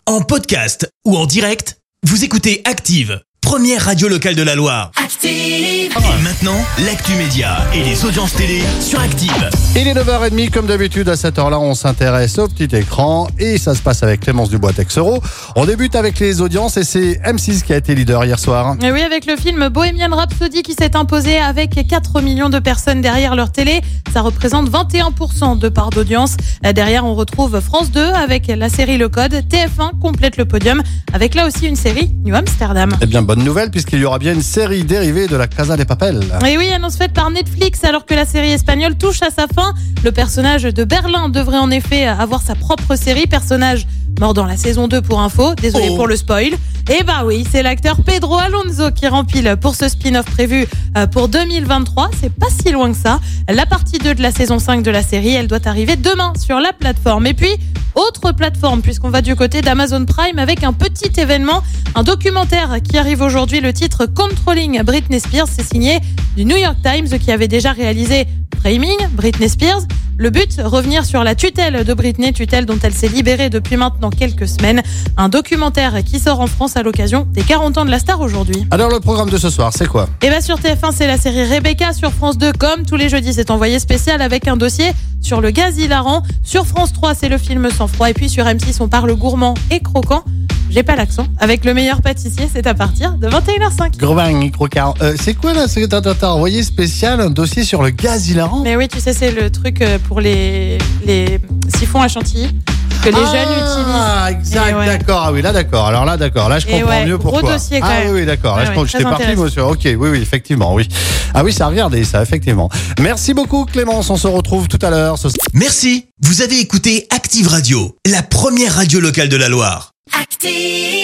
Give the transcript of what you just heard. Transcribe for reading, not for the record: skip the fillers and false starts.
En podcast ou en direct, vous écoutez Active, première radio locale de la Loire. Active! Et maintenant, l'actu média et les audiences télé sur Active. Il est 9h30, comme d'habitude, à cette heure-là, on s'intéresse au petit écran et ça se passe avec Clémence Dubois-Texero. On débute avec les audiences et c'est M6 qui a été leader hier soir. Et oui, avec le film Bohemian Rhapsody qui s'est imposé avec 4 millions de personnes derrière leur télé. Ça représente 21% de part d'audience. Derrière, on retrouve France 2 avec la série Le Code. TF1 complète le podium avec là aussi une série New Amsterdam. Eh bien, bonne nouvelle puisqu'il y aura bien une série dérivée de la Casa de Papel. Et oui, annonce faite par Netflix alors que la série espagnole touche à sa fin. Le personnage de Berlin devrait en effet avoir sa propre série. Personnage mort dans la saison 2 pour info. Désolé pour le spoil. Et bah oui, c'est l'acteur Pedro Alonso qui rempile pour ce spin-off prévu pour 2023. C'est pas si loin que ça. La partie 2 de la saison 5 de la série, elle doit arriver demain sur la plateforme. Et puis, autre plateforme, puisqu'on va du côté d'Amazon Prime avec un petit événement, un documentaire qui arrive aujourd'hui. Le titre Controlling Britney Spears, c'est signé du New York Times qui avait déjà réalisé Framing Britney Spears. Le but, revenir sur la tutelle de Britney, tutelle dont elle s'est libérée depuis maintenant quelques semaines. Un documentaire qui sort en France à l'occasion des 40 ans de la star aujourd'hui. Alors le programme de ce soir, c'est quoi ? Et bien sur TF1, c'est la série Rebecca. Sur France 2, comme tous les jeudis, c'est envoyé spécial avec un dossier sur le gaz hilarant. Sur France 3, c'est le film Sang froid. Et puis sur M6, on parle gourmand et croquant. J'ai pas l'accent. Avec le meilleur pâtissier, c'est à partir de 21h05. Gourmand, croquant. C'est quoi là ? T'as envoyé spécial un dossier sur le gaz hilarant ? Mais oui, tu sais, c'est le truc pour les siphons à chantilly que les jeunes utilisent. Ah, exact, ouais. D'accord. Ah oui, là, d'accord. Alors là, d'accord. Là, je comprends mieux pourquoi. Gros dossier quand même. Oui, d'accord. Là, j'étais parti, monsieur. Ok, oui, effectivement, oui. Ah oui, ça a regardé, ça, effectivement. Merci beaucoup, Clémence. On se retrouve tout à l'heure. Merci. Vous avez écouté Active Radio, la première radio locale de la Loire. Active!